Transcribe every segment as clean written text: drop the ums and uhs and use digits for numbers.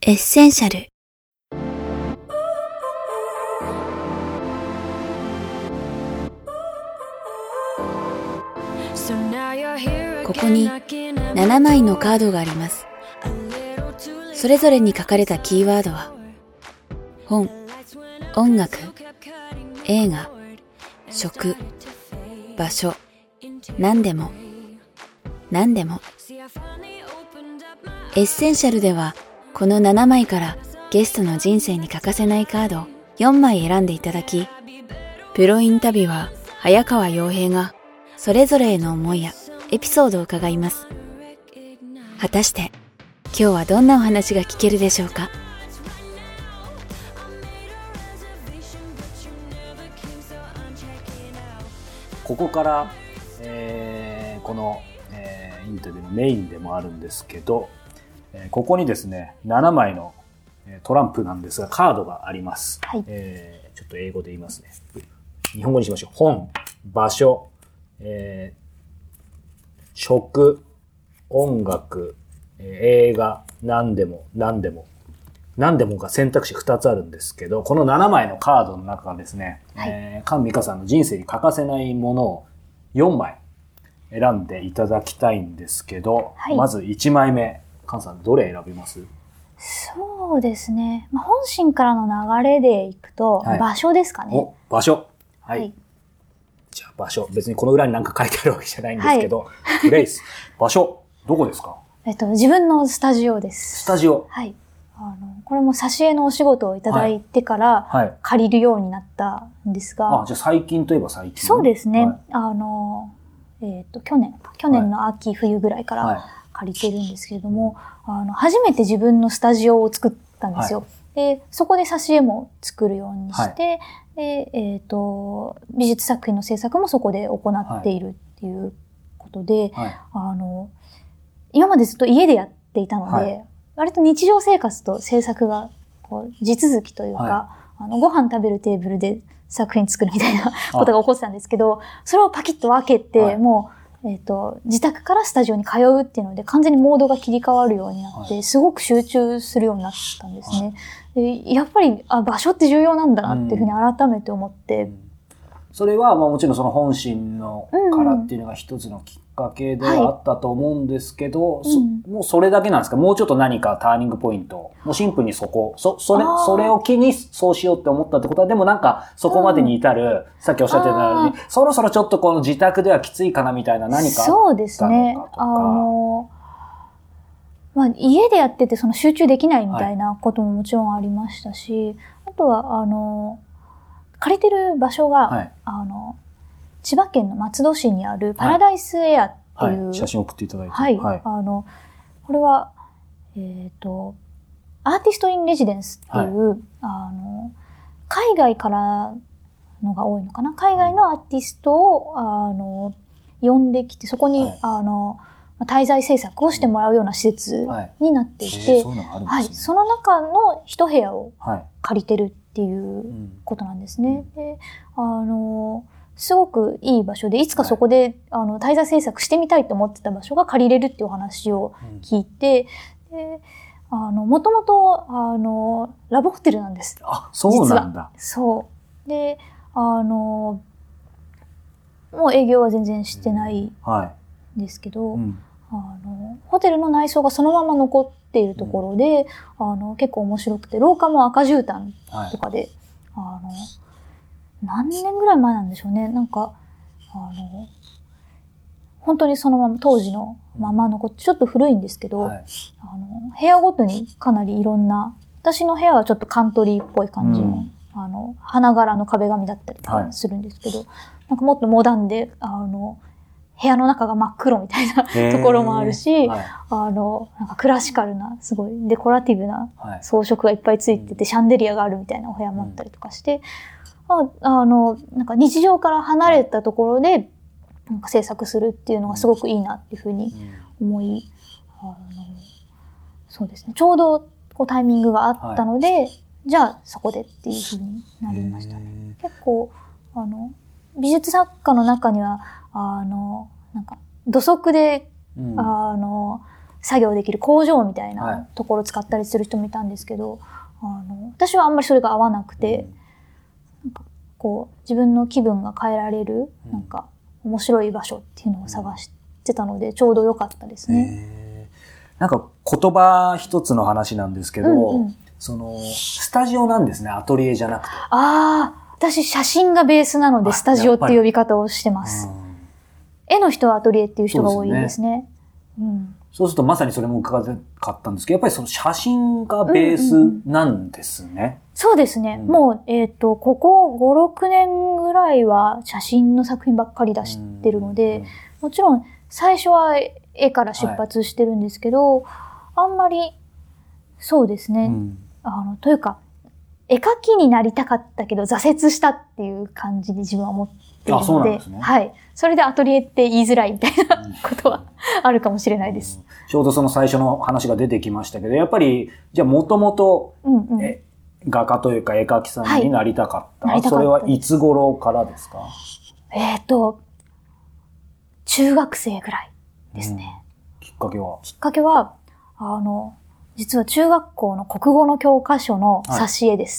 エッセンシャル。ここに7枚のカードがあります。それぞれに書かれたキーワードは本、音楽、映画、食、場所、何でも、何でも。エッセンシャルではこの7枚からゲストの人生に欠かせないカードを4枚選んでいただき、プロインタビュアー早川洋平がそれぞれへの思いやエピソードを伺います。果たして今日はどんなお話が聞けるでしょうか。 ここから、この、インタビューのメインでもあるんですけど、ここにですね7枚のトランプなんですがカードがあります、 はい。 ちょっと英語で言いますね。日本語にしましょう。本、場所、食、音楽、映画、何でも何でもが選択肢2つあるんですけど、この7枚のカードの中からですね、 はい、 菅美香さんの人生に欠かせないものを4枚選んでいただきたいんですけど、 はい、 まず1枚目、菅さんどれ選びます？ そうですね。本心からの流れでいくと、 はい、 場所ですかね。 お、場所。はい。 はい、 じゃあ場所。別にこの裏に何か書いてあるわけじゃないんですけど、プレイス。場所。どこですか？ 自分のスタジオです。 スタジオ。 はい。これも挿絵のお仕事をいただいてから借りるようになったんですが。 はい、じゃあ最近といえば最近。 そうですね。はい、去年の秋、冬ぐらいから借りてるんですけれども、初めて自分のスタジオを作ったんですよ。はい、で、そこで挿絵も作るようにして、はい、で、美術作品の制作もそこで行っているっていうことで、はい、今までずっと家でやっていたので、はい、割と日常生活と制作がこう地続きというか、はい、ご飯食べるテーブルで作品作るみたいなことが起こってたんですけど、それをパキッと分けて、はい、もう、自宅からスタジオに通うっていうので完全にモードが切り替わるようになって、はい、すごく集中するようになったんですね。はい、でやっぱり場所って重要なんだなっていうふうに改めて思って。 それはもちろんその本心のからっていうのが一つのきっかけではあったと思うんですけど、もうそれだけなんですか？もうちょっと何かターニングポイント、もうシンプルにそれを機にそうしようって思ったってことは、でもなんかそこまでに至る、さっきおっしゃってたように、そろそろちょっとこの自宅ではきついかなみたいな何かあったのかとか。 そうですね。家でやっててその集中できないみたいなことももちろんありましたし、あとは借りてる場所が、はい、千葉県の松戸市にあるパラダイスエアっていう、 はい、写真を送っていただいて、 はい、はい、これはアーティストインレジデンスっていう、はい、海外からのが多いのかな、海外のアーティストを呼んできて、そこに、はい、滞在制作をしてもらうような施設になっていて、はい、その中の一部屋を借りてるっていうことなんですね。で、すごくいい場所で、いつかそこで、滞在制作してみたいと思ってた場所が借りれるっていうお話を聞いて、で、もともと、ラブホテルなんです。 あ、そうなんだ。 そう。で、もう営業は全然してないんですけど、ホテルの内装がそのまま残っているところで、結構面白くて、廊下も赤絨毯とかで、何年ぐらい前なんでしょうね。なんか、本当にそのまま、当時のまま残って、ちょっと古いんですけど、はい、部屋ごとにかなりいろんな、私の部屋はちょっとカントリーっぽい感じの、花柄の壁紙だったりとかするんですけど、はい、なんかもっとモダンで、部屋の中が真っ黒みたいなところもあるし、はい、なんかクラシカルな、すごいデコラティブな装飾がいっぱいついてて、シャンデリアがあるみたいなお部屋もあったりとかして、なんか日常から離れたところで、なんか制作するっていうのがすごくいいなっていうふうに思い、そうですね。ちょうどこうタイミングがあったので、はい、じゃあそこでっていうふうになりましたね。結構、美術作家の中には、なんか土足で、 作業できる工場みたいなところを使ったりする人もいたんですけど、私はあんまりそれが合わなくて、なんかこう自分の気分が変えられるなんか面白い場所っていうのを探してたので、ちょうど良かったですね。 なんか言葉一つの話なんですけど、そのスタジオなんですね、アトリエじゃなくて。 私写真がベースなのでスタジオっていう呼び方をしてます。絵の人はアトリエっていう人が多いですね。 そうするとまさにそれも伺いたかったんですけど、やっぱりその写真がベースなんですね。 そうですね。もう、ここ5、6年ぐらいは写真の作品ばっかり出してるので、もちろん最初は絵から出発してるんですけど、あんまり、そうですね。というか、絵描きになりたかったけど挫折したっていう感じで自分は思っているので、 そうなんですね。 はい。それでアトリエって言いづらいみたいなことはあるかもしれないです。 ちょうどその最初の話が出てきましたけど、やっぱり、じゃあもともと、画家というか絵描きさんになりたかった。それはいつ頃からですか？ 中学生ぐらいですね。 きっかけは？ きっかけは、実は中学校の国語の教科書の挿絵です。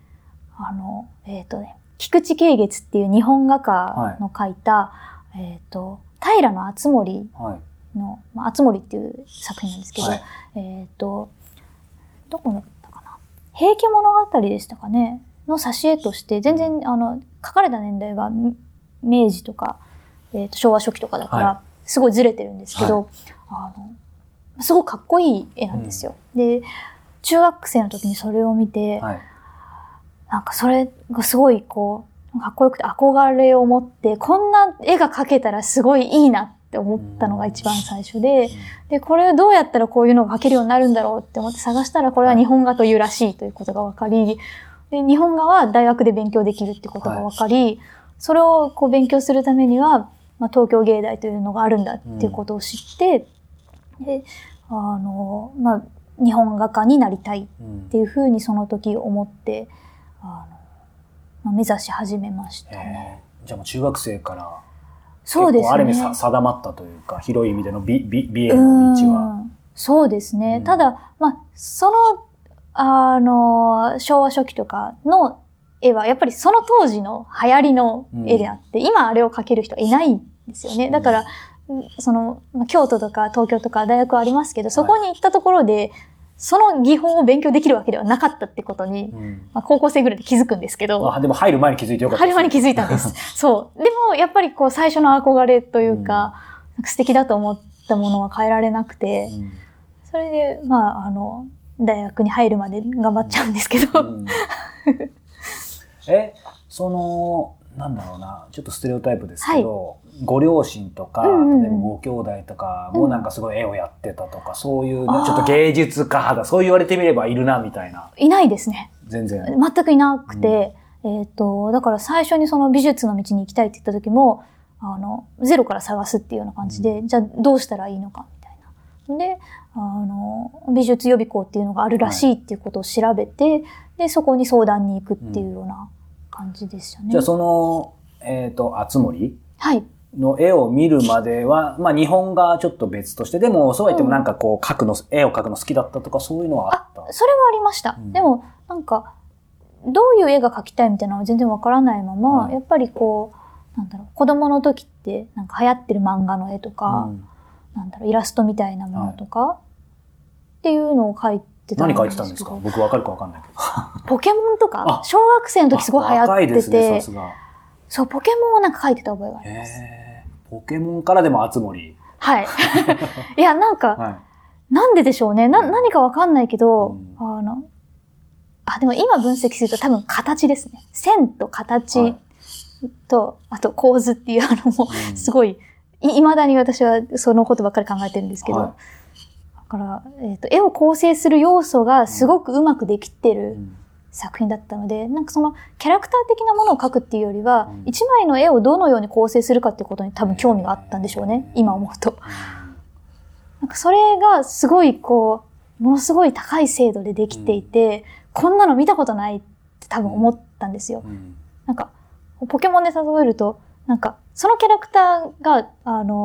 菊池景月っていう日本画家の描いた、平敦盛の、敦盛っていう作品なんですけど、どこだったかな、平家物語でしたかねの挿絵として、全然描かれた年代は明治とか、昭和初期とかだから、すごいずれてるんですけど、すごくかっこいい絵なんですよ。で、中学生の時にそれを見て、なんかそれがすごいこう、かっこよくて憧れを持って、こんな絵が描けたらすごいいいなって思ったのが一番最初で、で、これをどうやったらこういうのが描けるようになるんだろうって思って探したら、これは日本画というらしいということが分かり、で、日本画は大学で勉強できるってことが分かり、それをこう勉強するためには、東京芸大というのがあるんだっていうことを知って、で、日本画家になりたいっていうふうにその時思って、目指し始めましたね。 じゃあもう中学生から、 そうですね。 ある意味定まったというか、広い意味での美への道は。 そうですね。ただ、その、昭和初期とかの絵は、やっぱりその当時の流行りの絵であって、今あれを描ける人はいないんですよね。だから、京都とか東京とか大学はありますけど、そこに行ったところで、その技法を勉強できるわけではなかったってことに、高校生ぐらいで気づくんですけど。 でも入る前に気づいてよかったですね。 入る前に気づいたんです。そう。でも、やっぱりこう最初の憧れというか、素敵だと思ったものは変えられなくて、それで、大学に入るまで頑張っちゃうんですけど。 なんだろうな、ちょっとステレオタイプですけど、ご両親とか、例えばご兄弟とかもなんかすごい絵をやってたとか、そういう、ちょっと芸術家肌、そう言われてみればいるな、みたいな。 いないですね。 全然。 全くいなくて、だから最初にその美術の道に行きたいって言った時も、ゼロから探すっていうような感じで、じゃあどうしたらいいのか、みたいな。で、美術予備校っていうのがあるらしいっていうことを調べて、で、そこに相談に行くっていうような感じでしたね。 じゃあその、敦盛の絵を見るまでは、日本画ちょっと別として、でもそうは言ってもなんかこう絵を描くの好きだったとかそういうのはあった？ それはありました。でも、なんか、どういう絵が描きたいみたいなのは全然わからないまま、やっぱりこう、子供の時ってなんか流行ってる漫画の絵とか、イラストみたいなものとか、っていうのを描いてたんですけど。 何描いてたんですか？僕わかるかわかんないけど。 ポケモンとか、小学生の時すごい流行ってて、 若いですね、さすが。 そう、ポケモンをなんか描いてた覚えがあります。 ポケモンからでも敦盛。 はい。いや、なんか、なんででしょうね。何かわかんないけど、でも今分析すると多分形ですね。線と形と、あと構図っていうもう、すごい、未だに私はそのことばっかり考えてるんですけど、だから、絵を構成する要素がすごくうまくできてる作品だったので、なんかそのキャラクター的なものを描くっていうよりは、一枚の絵をどのように構成するかっていうことに多分興味があったんでしょうね、今思うと。なんかそれがすごいこう、ものすごい高い精度でできていて、こんなの見たことないって多分思ったんですよ。なんか、ポケモンで例えると、なんか、そのキャラクターが、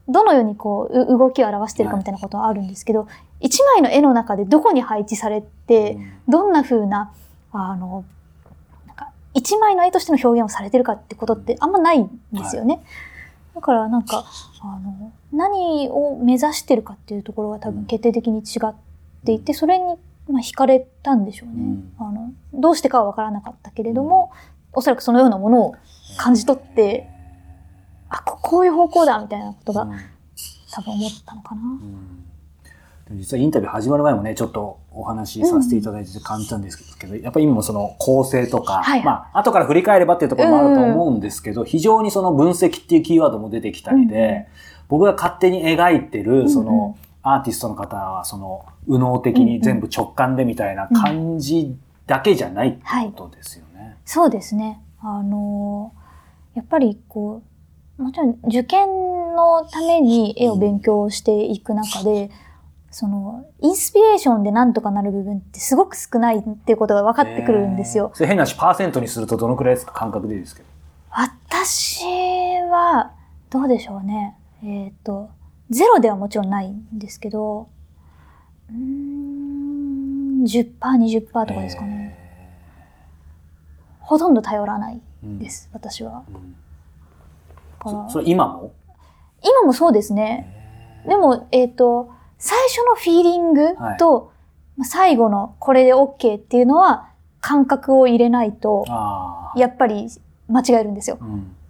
どのようにこう、動きを表してるかみたいなことはあるんですけど、一枚の絵の中でどこに配置されて、どんな風な、なんか、一枚の絵としての表現をされてるかってことってあんまないんですよね。だからなんか、何を目指してるかっていうところが多分決定的に違っていて、それに惹かれたんでしょうね。どうしてかはわからなかったけれども、おそらくそのようなものを感じ取って、こういう方向だみたいなことが多分思ったのかな。 実はインタビュー始まる前もね、ちょっとお話しさせていただいて感じたんですけど、やっぱり今もその構成とか、後から振り返ればっていうところもあると思うんですけど、非常にその分析っていうキーワードも出てきたりで、僕が勝手に描いてる、そのアーティストの方は、その右脳的に全部直感でみたいな感じだけじゃないってことですよね。 そうですね。やっぱりこう、もちろん受験のために絵を勉強していく中で、その、インスピレーションでなんとかなる部分ってすごく少ないっていうことが分かってくるんですよ。 それ変なし、パーセントにするとどのくらいですか？感覚でいいですけど。 私は、どうでしょうね。ゼロではもちろんないんですけど、10%、20% とかですかね。ほとんど頼らないです、私は。 それ今もそうですね。でも、最初のフィーリングと、最後のこれで OK っていうのは感覚を入れないと、やっぱり間違えるんですよ。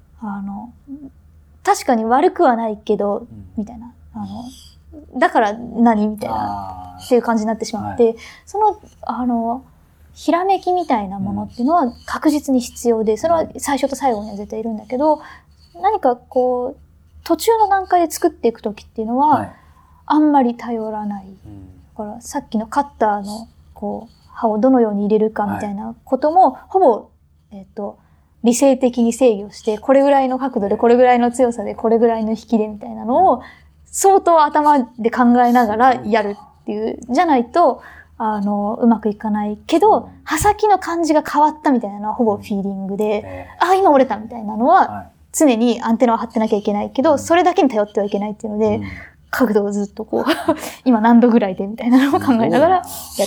確かに悪くはないけど、みたいな。だから何みたいな、っていう感じになってしまって、その、ひらめきみたいなものっていうのは確実に必要で、それは最初と最後には絶対いるんだけど、何かこう、途中の段階で作っていくときっていうのは、あんまり頼らない。だからさっきのカッターのこう刃をどのように入れるかみたいなことも、ほぼ、理性的に制御して、これぐらいの角度で、これぐらいの強さで、これぐらいの引きでみたいなのを、相当頭で考えながらやるっていう、じゃないと、うまくいかないけど、刃先の感じが変わったみたいなのはほぼフィーリングで、今折れたみたいなのは、常にアンテナを張ってなきゃいけないけど、それだけに頼ってはいけないっていうので、角度をずっとこう、今何度ぐらいでみたいなのを考えながらやるっていう。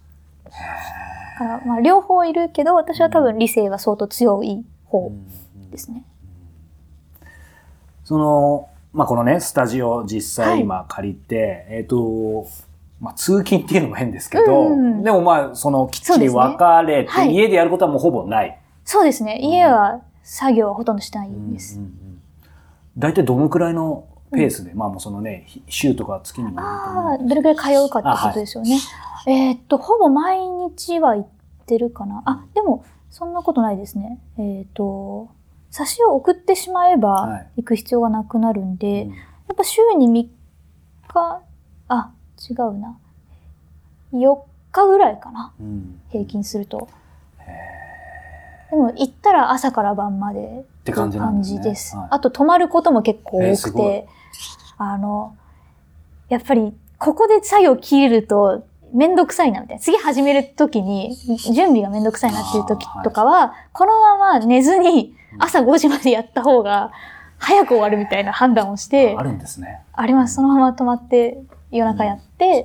だから両方いるけど、私は多分理性は相当強い方ですね。 その、このね、スタジオ実際今借りて、通勤っていうのも変ですけど、でもそのきっちり分かれて、家でやることはもうほぼない。 そうですね。家は作業はほとんどしてないんです。 大体どのくらいのペースで、もうそのね、週とか月にもどれくらい通うかってことですよね。ほぼ毎日は行ってるかな。でも、そんなことないですね。冊子を送ってしまえば、行く必要がなくなるんで、やっぱ週に3日、違うな。4日ぐらいかな。平均すると。でも、行ったら朝から晩までって感じです。あと、泊まることも結構多くて、やっぱり、ここで作業切れると、めんどくさいなみたいな。次始めるときに、準備がめんどくさいなっていうときとかは、このまま寝ずに、朝5時までやった方が、早く終わるみたいな判断をして、 あるんですね。 あります。そのまま泊まって、夜中やって、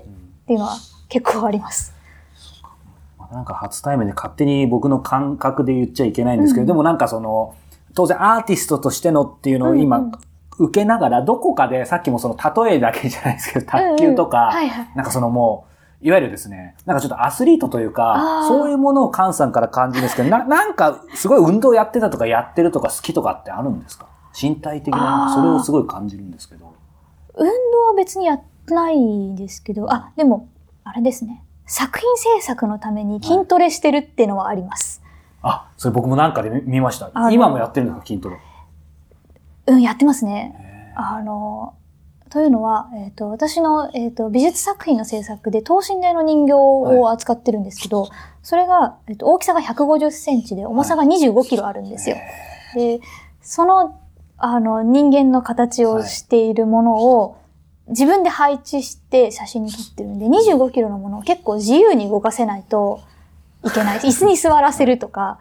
っていうのは結構あります。 なんか初対面で勝手に僕の感覚で言っちゃいけないんですけど、でもなんかその、当然アーティストとしてのっていうのを今、受けながら、どこかでさっきもその例えだけじゃないですけど、卓球とか、なんかそのもう、いわゆるですね、なんかちょっとアスリートというか、そういうものを菅さんから感じるんですけど、なんかすごい運動やってたとかやってるとか好きとかってあるんですか？身体的な、それをすごい感じるんですけど。 運動は別にやってないですけど、でも、あれですね。作品制作のために筋トレしてるっていうのはあります。 それ僕もなんかで見ました。今もやってるんですか、筋トレ。 やってますね。というのは、私の、美術作品の制作で等身大の人形を扱ってるんですけど、それが、大きさが150センチで重さが25キロあるんですよ。で、その、人間の形をしているものを自分で配置して写真に撮ってるんで、25キロのものを結構自由に動かせないといけない。椅子に座らせるとか、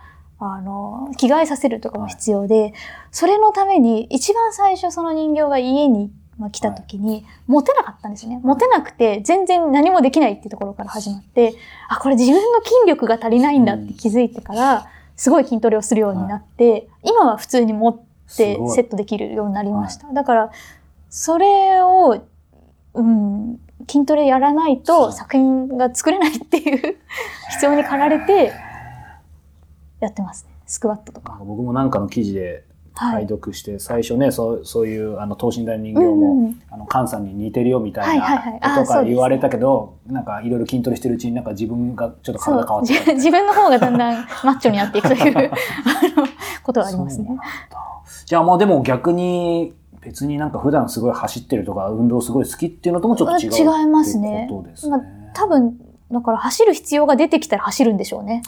着替えさせるとかも必要で、それのために一番最初その人形が家に来た時に、モテなかったんですよね。モテなくて、全然何もできないっていうところから始まって、これ自分の筋力が足りないんだって気づいてから、すごい筋トレをするようになって、今は普通に持ってセットできるようになりました。だから、それを、筋トレやらないと作品が作れないっていう必要に駆られてやってますね。スクワットとか。 僕もなんかの記事で拝読して、最初ね、そういう等身大の人形も、菅さんに似てるよみたいなことから言われたけど、なんかいろいろ筋トレしてるうちになんか自分がちょっと体変わってた。 自分の方がだんだんマッチョになっていくということがありますね。 じゃあでも逆に、別になんか普段すごい走ってるとか運動すごい好きっていうのともちょっと違う違いますね。 ってことですね。 多分、だから走る必要が出てきたら走るんでしょうね。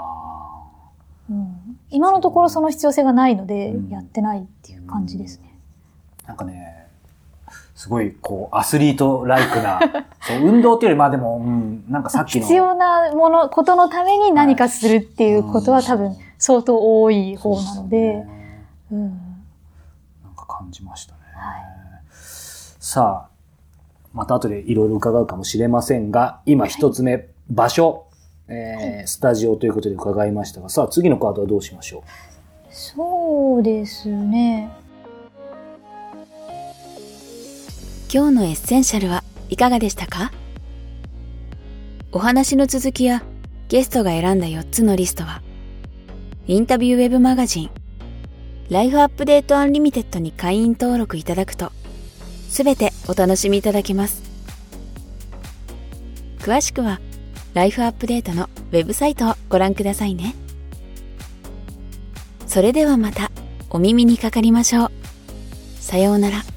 今のところその必要性がないので、やってないっていう感じですね。 なんかね、すごいアスリートライクな、運動っていうよりでも、なんかさっきの。 必要なことのために何かするっていうことは多分相当多い方なので、 感じましたね。さあ、また後でいろいろ伺うかもしれませんが、今一つ目、場所、スタジオということで伺いましたが、さあ次のカードはどうしましょう？ そうですね。 今日のエッセンシャルはいかがでしたか？お話の続きやゲストが選んだ4つのリストは、インタビューウェブマガジンライフアップデートアンリミテッドに会員登録いただくと、すべてお楽しみいただけます。詳しくは、ライフアップデートのウェブサイトをご覧くださいね。それではまたお耳にかかりましょう。さようなら。